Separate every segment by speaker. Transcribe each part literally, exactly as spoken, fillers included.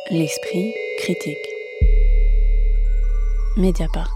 Speaker 1: L'esprit critique. Mediapart.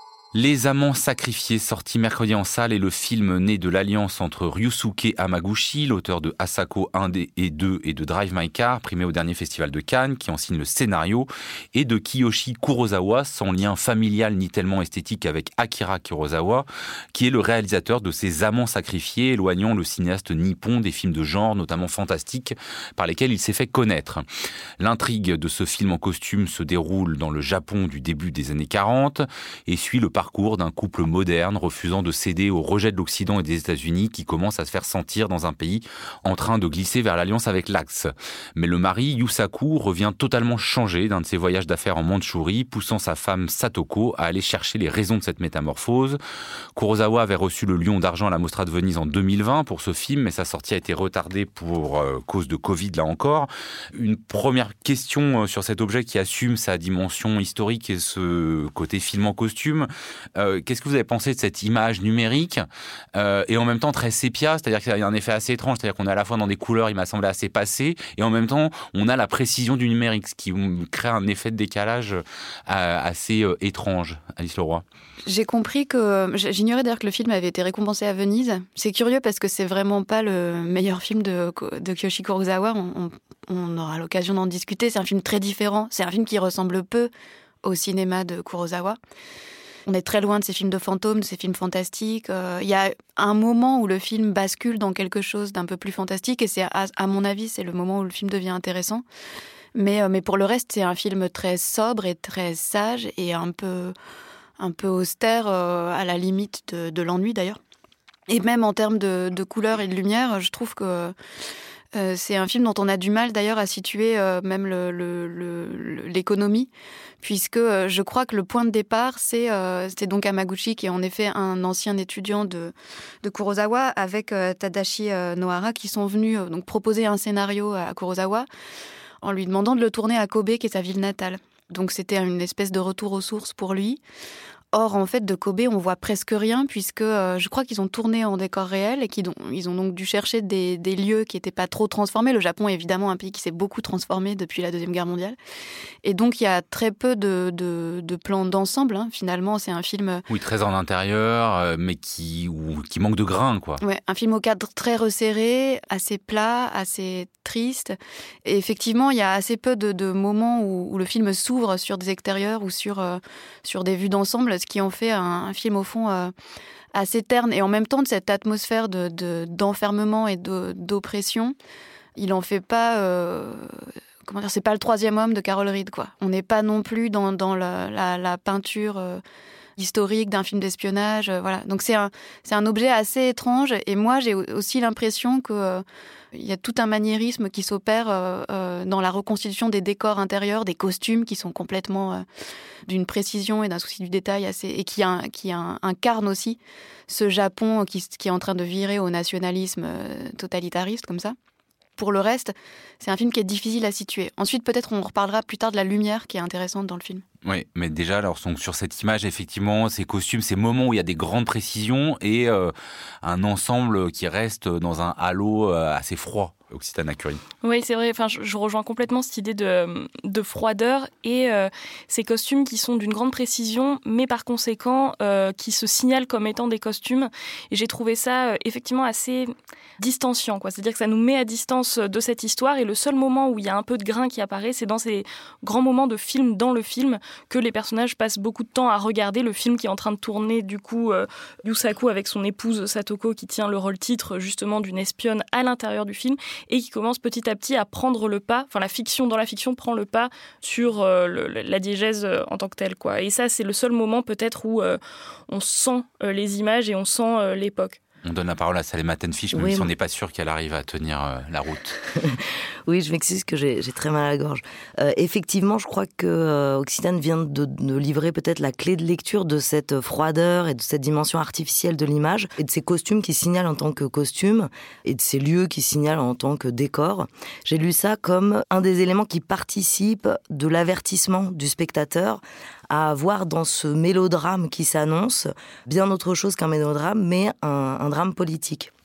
Speaker 2: Les Amants sacrifiés, sorti mercredi en salle, est le film né de l'alliance entre Ryusuke Hamaguchi, l'auteur de Asako un et deux et de Drive My Car, primé au dernier festival de Cannes, qui en signe le scénario, et de Kiyoshi Kurosawa, sans lien familial ni tellement esthétique avec Akira Kurosawa, qui est le réalisateur de ces Amants sacrifiés, éloignant le cinéaste nippon des films de genre, notamment fantastiques, par lesquels il s'est fait connaître. L'intrigue de ce film en costume se déroule dans le Japon du début des années quarante et suit le parcours d'un couple moderne refusant de céder au rejet de l'Occident et des États-Unis qui commence à se faire sentir dans un pays en train de glisser vers l'alliance avec l'Axe. Mais le mari, Yusaku, revient totalement changé d'un de ses voyages d'affaires en Mandchourie, poussant sa femme Satoko à aller chercher les raisons de cette métamorphose. Kurosawa avait reçu le Lion d'argent à la Mostra de Venise en deux mille vingt pour ce film, mais sa sortie a été retardée pour euh, cause de Covid, là encore. Une première question sur cet objet qui assume sa dimension historique et ce côté film en costume. Euh, qu'est-ce que vous avez pensé de cette image numérique euh, et en même temps très sépia, c'est-à-dire qu'il y a un effet assez étrange, c'est-à-dire qu'on est à la fois dans des couleurs, il m'a semblé assez passées, et en même temps on a la précision du numérique, ce qui crée un effet de décalage euh, assez euh, étrange. Alice Leroy.
Speaker 3: J'ai compris que, j'ignorais d'ailleurs que le film avait été récompensé à Venise. C'est curieux parce que c'est vraiment pas le meilleur film de, de Kiyoshi Kurosawa, on, on, on aura l'occasion d'en discuter, c'est un film très différent, c'est un film qui ressemble peu au cinéma de Kurosawa. On est très loin de ces films de fantômes, de ces films fantastiques. Euh, il y a un moment où le film bascule dans quelque chose d'un peu plus fantastique et c'est, à, à mon avis, c'est le moment où le film devient intéressant. Mais, euh, mais pour le reste, c'est un film très sobre et très sage et un peu, un peu austère, euh, à la limite de, de l'ennui d'ailleurs. Et même en termes de, de couleurs et de lumière, je trouve que euh, c'est un film dont on a du mal d'ailleurs à situer euh, même le, le, le, l'économie, puisque euh, je crois que le point de départ, c'est, euh, c'est donc Hamaguchi, qui est en effet un ancien étudiant de, de Kurosawa, avec euh, Tadashi euh, Nohara, qui sont venus euh, donc proposer un scénario à Kurosawa en lui demandant de le tourner à Kobe, qui est sa ville natale. Donc c'était une espèce de retour aux sources pour lui. Or, en fait, de Kobe, on voit presque rien, puisque euh, je crois qu'ils ont tourné en décor réel et qu'ils ont, ils ont donc dû chercher des, des lieux qui n'étaient pas trop transformés. Le Japon est évidemment un pays qui s'est beaucoup transformé depuis la Deuxième Guerre mondiale. Et donc, il y a très peu de, de, de plans d'ensemble. Hein. Finalement, c'est un film...
Speaker 2: Oui, très en intérieur, euh, mais qui, ou, qui manque de grain, quoi.
Speaker 3: Ouais, un film au cadre très resserré, assez plat, assez triste. Et effectivement, il y a assez peu de, de moments où, où le film s'ouvre sur des extérieurs ou sur, euh, sur des vues d'ensemble, ce qui en fait un, un film, au fond, euh, assez terne. Et en même temps, de cette atmosphère de, de, d'enfermement et de, d'oppression, il en fait pas... Euh, comment dire, c'est pas le troisième homme de Carol Reed, quoi. On n'est pas non plus dans, dans la, la, la peinture... Euh, historique d'un film d'espionnage, euh, voilà. Donc c'est un, c'est un objet assez étrange. Et moi, j'ai aussi l'impression qu'il euh, y a tout un maniérisme qui s'opère euh, euh, dans la reconstitution des décors intérieurs, des costumes qui sont complètement euh, d'une précision et d'un souci du détail assez, et qui, un, qui un, incarne aussi ce Japon qui, qui est en train de virer au nationalisme euh, totalitariste, comme ça. Pour le reste, c'est un film qui est difficile à situer. Ensuite, peut-être on reparlera plus tard de la lumière qui est intéressante dans le film.
Speaker 2: Oui, mais déjà, alors, donc, sur cette image, effectivement, ces costumes, ces moments où il y a des grandes précisions et euh, un ensemble qui reste dans un halo euh, assez froid. Occitane Curie.
Speaker 4: Oui, c'est vrai. Enfin, je, je rejoins complètement cette idée de, de froideur et euh, ces costumes qui sont d'une grande précision, mais par conséquent euh, qui se signalent comme étant des costumes. Et j'ai trouvé ça euh, effectivement assez distanciant, quoi. C'est-à-dire que ça nous met à distance de cette histoire. Et le seul moment où il y a un peu de grain qui apparaît, c'est dans ces grands moments de film dans le film que les personnages passent beaucoup de temps à regarder. Le film qui est en train de tourner, du coup, euh, Yusaku avec son épouse Satoko qui tient le rôle titre justement d'une espionne à l'intérieur du film. Et qui commence petit à petit à prendre le pas, enfin la fiction dans la fiction prend le pas sur euh, le, la diégèse euh, en tant que telle, quoi. Et ça, c'est le seul moment peut-être où euh, on sent euh, les images et on sent euh, l'époque.
Speaker 2: On donne la parole à Salema Tenfish, même oui, si on n'est pas sûr qu'elle arrive à tenir euh, la route.
Speaker 5: Oui, je m'excuse que j'ai, j'ai très mal à la gorge. Euh, effectivement, je crois que euh, Occitane vient de, de livrer peut-être la clé de lecture de cette froideur et de cette dimension artificielle de l'image, et de ces costumes qui signalent en tant que costumes, et de ces lieux qui signalent en tant que décor. J'ai lu ça comme un des éléments qui participent de l'avertissement du spectateur à voir dans ce mélodrame qui s'annonce bien autre chose qu'un mélodrame, mais un, un drame politique.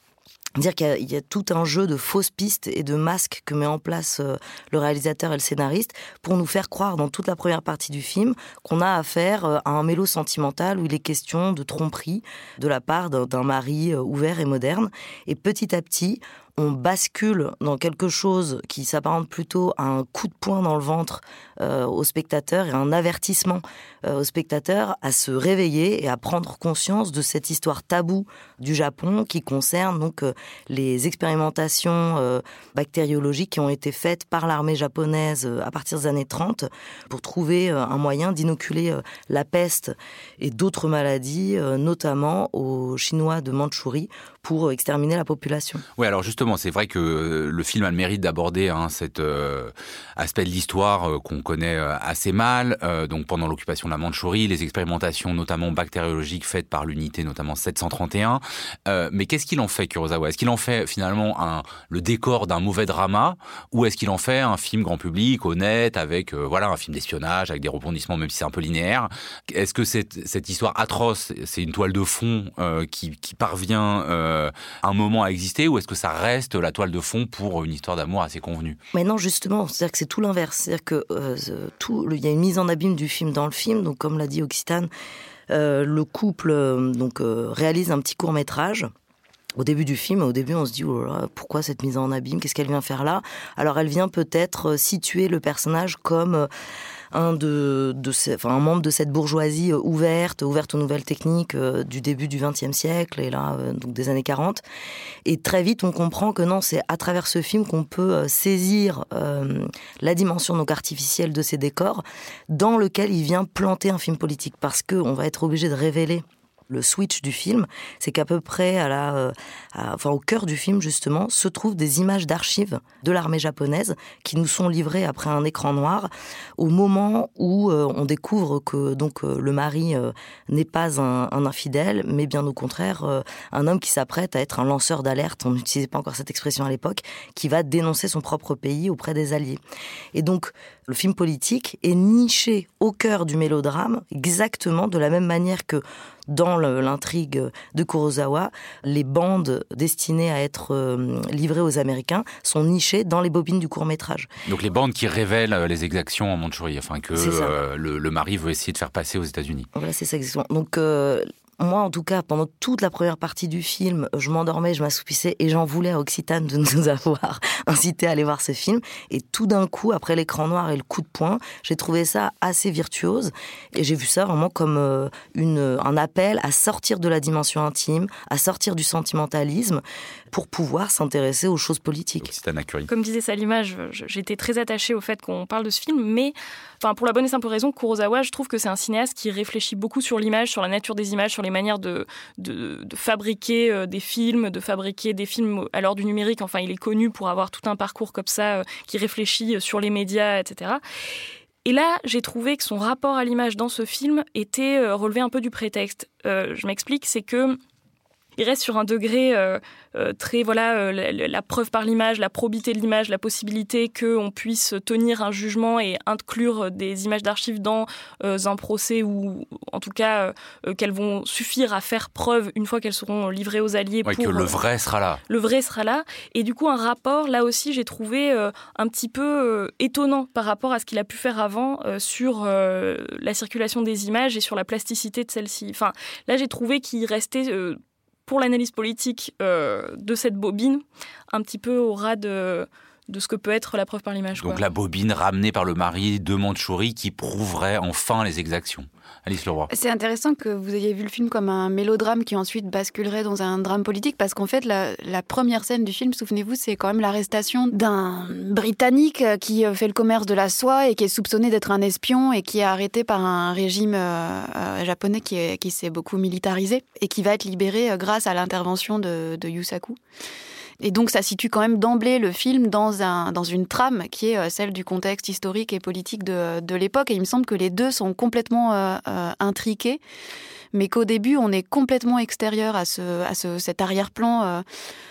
Speaker 5: dire qu'il y a, il y a tout un jeu de fausses pistes et de masques que met en place euh, le réalisateur et le scénariste pour nous faire croire dans toute la première partie du film qu'on a affaire euh, à un mélo sentimental où il est question de tromperie de la part d'un, d'un mari euh, ouvert et moderne. Et petit à petit, on bascule dans quelque chose qui s'apparente plutôt à un coup de poing dans le ventre euh, au spectateur et un avertissement euh, au spectateur à se réveiller et à prendre conscience de cette histoire taboue du Japon qui concerne donc euh, les expérimentations euh, bactériologiques qui ont été faites par l'armée japonaise euh, à partir des années trente pour trouver euh, un moyen d'inoculer euh, la peste et d'autres maladies, euh, notamment aux Chinois de Mandchourie, pour exterminer la population.
Speaker 2: Oui, alors justement, c'est vrai que le film a le mérite d'aborder hein, cet euh, aspect de l'histoire euh, qu'on connaît euh, assez mal. Euh, donc pendant l'occupation de la Mandchourie, les expérimentations notamment bactériologiques faites par l'unité notamment sept cent trente et un. Euh, mais qu'est-ce qu'il en fait, Kurosawa ? Est-ce qu'il en fait finalement un, le décor d'un mauvais drama, ou est-ce qu'il en fait un film grand public, honnête, avec euh, voilà un film d'espionnage, avec des rebondissements, même si c'est un peu linéaire ? Est-ce que cette, cette histoire atroce, c'est une toile de fond euh, qui, qui parvient euh, un moment à exister, ou est-ce que ça reste la toile de fond pour une histoire d'amour assez convenue ?
Speaker 5: Mais non, justement, c'est-à-dire que c'est tout l'inverse. C'est-à-dire que euh, tout, il y a une mise en abîme du film dans le film. Donc, comme l'a dit Occitane, euh, le couple euh, donc euh, réalise un petit court métrage. Au début du film, au début, on se dit oh là là, pourquoi cette mise en abîme ? Qu'est-ce qu'elle vient faire là ? Alors, elle vient peut-être situer le personnage comme euh, un de, de ces, enfin, un membre de cette bourgeoisie ouverte, ouverte aux nouvelles techniques euh, du début du vingtième siècle et là, euh, donc des années quarante. Et très vite, on comprend que non, c'est à travers ce film qu'on peut euh, saisir euh, la dimension donc artificielle de ces décors, dans lequel il vient planter un film politique, parce que on va être obligé de révéler le switch du film, c'est qu'à peu près à la, euh, à, enfin, au cœur du film, justement, se trouvent des images d'archives de l'armée japonaise qui nous sont livrées après un écran noir au moment où euh, on découvre que donc, euh, le mari euh, n'est pas un, un infidèle, mais bien au contraire, euh, un homme qui s'apprête à être un lanceur d'alerte, on n'utilisait pas encore cette expression à l'époque, qui va dénoncer son propre pays auprès des Alliés. Et donc, le film politique est niché au cœur du mélodrame, exactement de la même manière que dans l'intrigue de Kurosawa, les bandes destinées à être euh, livrées aux Américains sont nichées dans les bobines du court-métrage.
Speaker 2: Donc les bandes qui révèlent les exactions en Mandchourie, enfin que euh, le, le mari veut essayer de faire passer aux États-Unis.
Speaker 5: Voilà, c'est ça exactement. Donc euh, moi, en tout cas, pendant toute la première partie du film, je m'endormais, je m'assoupissais et j'en voulais à Occitane de nous avoir incité à aller voir ce film. Et tout d'un coup, après l'écran noir et le coup de poing, j'ai trouvé ça assez virtuose. Et j'ai vu ça vraiment comme euh, une, un appel à sortir de la dimension intime, à sortir du sentimentalisme pour pouvoir s'intéresser aux choses politiques.
Speaker 2: Occitane Accuri.
Speaker 4: Comme disait Salima, j'étais très attachée au fait qu'on parle de ce film, mais enfin, pour la bonne et simple raison, Kurosawa, je trouve que c'est un cinéaste qui réfléchit beaucoup sur l'image, sur la nature des images, sur les manières de, de, de fabriquer euh, des films, de fabriquer des films à l'heure du numérique. Enfin, il est connu pour avoir tout un parcours comme ça, euh, qui réfléchit sur les médias, et cetera. Et là, j'ai trouvé que son rapport à l'image dans ce film était euh, relevé un peu du prétexte. Euh, je m'explique, c'est que il reste sur un degré euh, euh, très, voilà, euh, la, la preuve par l'image, la probité de l'image, la possibilité qu'on puisse tenir un jugement et inclure des images d'archives dans euh, un procès, ou en tout cas euh, qu'elles vont suffire à faire preuve une fois qu'elles seront livrées aux Alliés.
Speaker 2: Ouais,
Speaker 4: pour,
Speaker 2: que le vrai sera là.
Speaker 4: Le vrai sera là. Et du coup, un rapport, là aussi, j'ai trouvé euh, un petit peu euh, étonnant par rapport à ce qu'il a pu faire avant euh, sur euh, la circulation des images et sur la plasticité de celles-ci. Enfin, là, j'ai trouvé qu'il restait... Euh, pour l'analyse politique euh, de cette bobine, un petit peu au ras de, de ce que peut être la preuve par l'image.
Speaker 2: Donc
Speaker 4: quoi.
Speaker 2: la bobine ramenée par le mari de Mandchourie qui prouverait enfin les exactions. Alice Leroy.
Speaker 3: C'est intéressant que vous ayez vu le film comme un mélodrame qui ensuite basculerait dans un drame politique, parce qu'en fait, la, la première scène du film, souvenez-vous, c'est quand même l'arrestation d'un Britannique qui fait le commerce de la soie et qui est soupçonné d'être un espion et qui est arrêté par un régime euh, euh, japonais qui, est, qui s'est beaucoup militarisé et qui va être libéré grâce à l'intervention de, de Yusaku. Et donc, ça situe quand même d'emblée le film dans, un, dans une trame qui est celle du contexte historique et politique de, de l'époque. Et il me semble que les deux sont complètement euh, euh, intriqués, mais qu'au début, on est complètement extérieur à, ce, à ce, cet arrière-plan euh,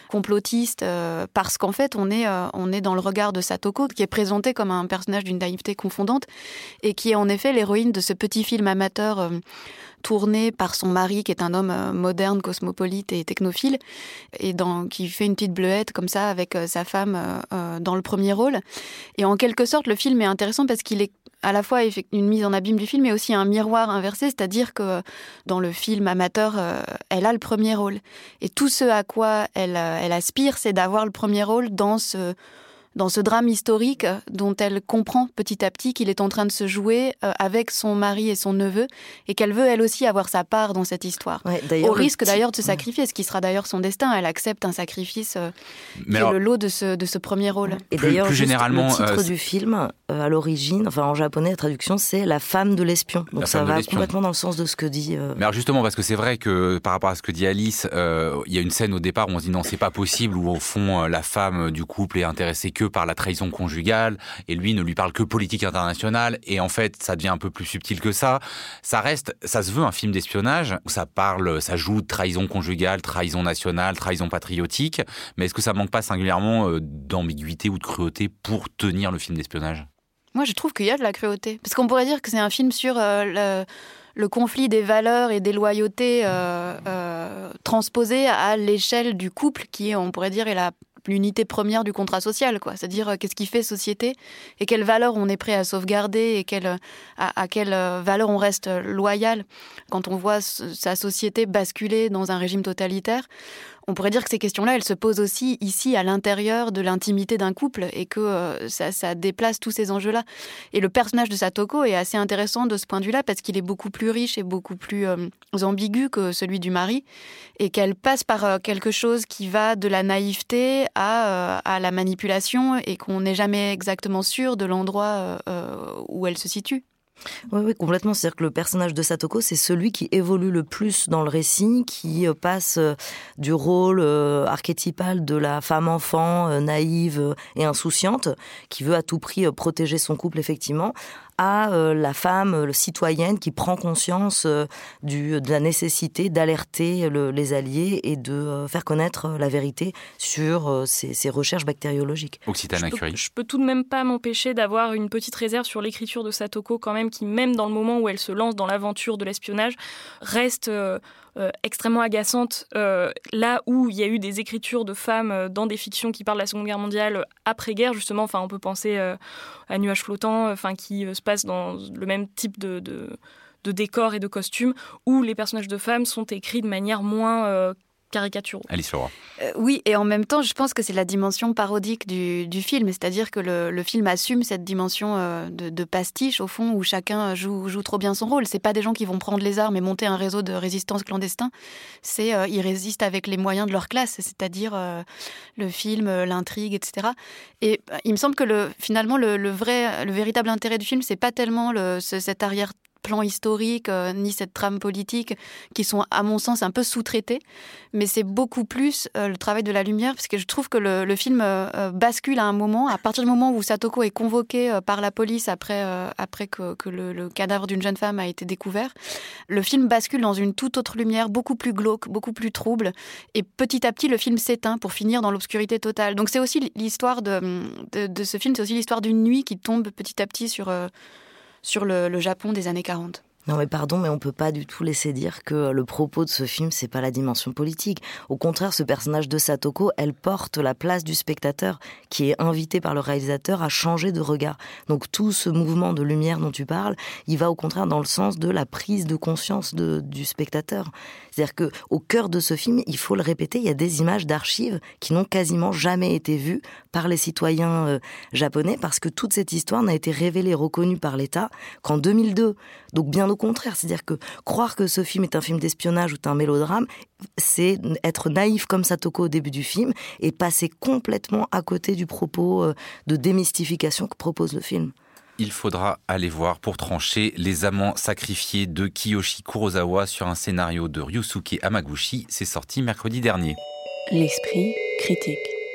Speaker 3: complotiste, euh, parce qu'en fait, on est, euh, on est dans le regard de Satoko, qui est présenté comme un personnage d'une naïveté confondante, et qui est en effet l'héroïne de ce petit film amateur euh, tourné par son mari, qui est un homme euh, moderne, cosmopolite et technophile, et dans, qui fait une petite bleuette comme ça avec euh, sa femme euh, euh, dans le premier rôle. Et en quelque sorte, le film est intéressant parce qu'il est à la fois une mise en abîme du film, mais aussi un miroir inversé, c'est-à-dire que dans le film amateur, euh, elle a le premier rôle. Et tout ce à quoi elle, elle aspire, c'est d'avoir le premier rôle dans ce, dans ce drame historique dont elle comprend petit à petit qu'il est en train de se jouer euh, avec son mari et son neveu, et qu'elle veut elle aussi avoir sa part dans cette histoire. Ouais, au risque petit... d'ailleurs de se sacrifier, ce qui sera d'ailleurs son destin. Elle accepte un sacrifice euh, qui alors, est le lot de ce, de ce premier rôle.
Speaker 5: Et
Speaker 2: plus,
Speaker 5: d'ailleurs,
Speaker 2: plus généralement,
Speaker 5: le titre
Speaker 2: euh,
Speaker 5: du film, euh, à l'origine, enfin en japonais, la traduction, c'est La femme de l'espion. Donc ça va complètement dans le sens de ce que dit... Euh...
Speaker 2: Mais alors justement, parce que c'est vrai que par rapport à ce que dit Alice, euh, il y a une scène au départ où on se dit non, c'est pas possible, où au fond, la femme du couple est intéressée que par la trahison conjugale, et lui ne lui parle que politique internationale, et en fait ça devient un peu plus subtil que ça. Ça reste, ça se veut un film d'espionnage, où ça parle, ça joue de trahison conjugale, trahison nationale, trahison patriotique, mais est-ce que ça manque pas singulièrement d'ambiguïté ou de cruauté pour tenir le film d'espionnage ?
Speaker 3: Moi je trouve qu'il y a de la cruauté, parce qu'on pourrait dire que c'est un film sur euh, le... le conflit des valeurs et des loyautés euh, euh, transposées à l'échelle du couple, qui, on pourrait dire, est la l'unité première du contrat social, quoi. C'est-à-dire euh, qu'est-ce qui fait société et quelles valeurs on est prêt à sauvegarder et quelle, à, à quelles valeurs on reste loyal. Quand on voit sa société basculer dans un régime totalitaire, on pourrait dire que ces questions-là, elles se posent aussi ici, à l'intérieur de l'intimité d'un couple, et que euh, ça, ça déplace tous ces enjeux-là. Et le personnage de Satoko est assez intéressant de ce point de vue-là, parce qu'il est beaucoup plus riche et beaucoup plus euh, ambigu que celui du mari, et qu'elle passe par euh, quelque chose qui va de la naïveté à, euh, à la manipulation, et qu'on n'est jamais exactement sûr de l'endroit euh, où elle se situe.
Speaker 5: Oui, oui, complètement. C'est-à-dire que le personnage de Satoko, c'est celui qui évolue le plus dans le récit, qui passe du rôle euh, archétypal de la femme-enfant euh, naïve et insouciante, qui veut à tout prix euh, protéger son couple, effectivement, à euh, la femme euh, citoyenne qui prend conscience euh, du, de la nécessité d'alerter le, les alliés et de euh, faire connaître euh, la vérité sur euh, ces, ces recherches bactériologiques.
Speaker 2: Occitane Acurie.
Speaker 4: Je peux tout de même pas m'empêcher d'avoir une petite réserve sur l'écriture de Satoko, quand même, qui, même dans le moment où elle se lance dans l'aventure de l'espionnage, reste euh, euh, extrêmement agaçante. Euh, là où il y a eu des écritures de femmes euh, dans des fictions qui parlent de la Seconde Guerre mondiale après-guerre, justement, enfin, on peut penser euh, à Nuages flottants, enfin, qui euh, se passe dans le même type de, de, de décor et de costumes, où les personnages de femmes sont écrits de manière moins euh, caricaturaux.
Speaker 2: Alice Leroy.
Speaker 3: Euh, oui, et en même temps, je pense que c'est la dimension parodique du, du film, c'est-à-dire que le, le film assume cette dimension euh, de, de pastiche, au fond, où chacun joue, joue trop bien son rôle. C'est pas des gens qui vont prendre les armes et monter un réseau de résistance clandestin. C'est euh, ils résistent avec les moyens de leur classe, c'est-à-dire euh, le film, l'intrigue, et cetera. Et euh, il me semble que le, finalement, le, le vrai, le véritable intérêt du film, c'est pas tellement le, ce, cet arrière plan historique, euh, ni cette trame politique, qui sont, à mon sens, un peu sous-traités. Mais c'est beaucoup plus euh, le travail de la lumière, parce que je trouve que le, le film euh, bascule à un moment, à partir du moment où Satoko est convoqué euh, par la police après, euh, après que, que le, le cadavre d'une jeune femme a été découvert. Le film bascule dans une toute autre lumière, beaucoup plus glauque, beaucoup plus trouble. Et petit à petit, le film s'éteint pour finir dans l'obscurité totale. Donc c'est aussi l'histoire de, de, de ce film, c'est aussi l'histoire d'une nuit qui tombe petit à petit sur... Euh, sur le, le Japon des années quarante.
Speaker 5: Non mais pardon, mais on peut pas du tout laisser dire que le propos de ce film, c'est pas la dimension politique. Au contraire, ce personnage de Satoko, elle porte la place du spectateur, qui est invité par le réalisateur à changer de regard. Donc tout ce mouvement de lumière dont tu parles, il va au contraire dans le sens de la prise de conscience de, du spectateur. C'est-à-dire que au cœur de ce film, il faut le répéter, il y a des images d'archives qui n'ont quasiment jamais été vues par les citoyens euh, japonais, parce que toute cette histoire n'a été révélée, reconnue par l'État qu'en deux mille deux. Donc bien au contraire, c'est-à-dire que croire que ce film est un film d'espionnage ou un mélodrame, c'est être naïf comme Satoko au début du film et passer complètement à côté du propos euh, de démystification que propose le film.
Speaker 2: Il faudra aller voir pour trancher Les Amants sacrifiés de Kiyoshi Kurosawa sur un scénario de Ryusuke Hamaguchi. C'est sorti mercredi dernier.
Speaker 1: L'esprit critique.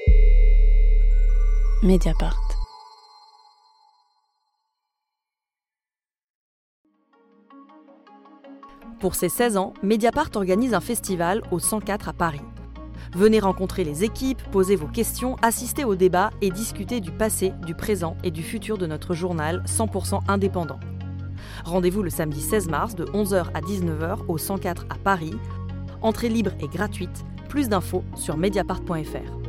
Speaker 1: Mediapart.
Speaker 6: Pour ses seize ans, Mediapart organise un festival au cent quatre à Paris. Venez rencontrer les équipes, poser vos questions, assister au débat et discuter du passé, du présent et du futur de notre journal cent pour cent indépendant. Rendez-vous le samedi seize mars de onze heures à dix-neuf heures au cent quatre à Paris. Entrée libre et gratuite. Plus d'infos sur mediapart point f r.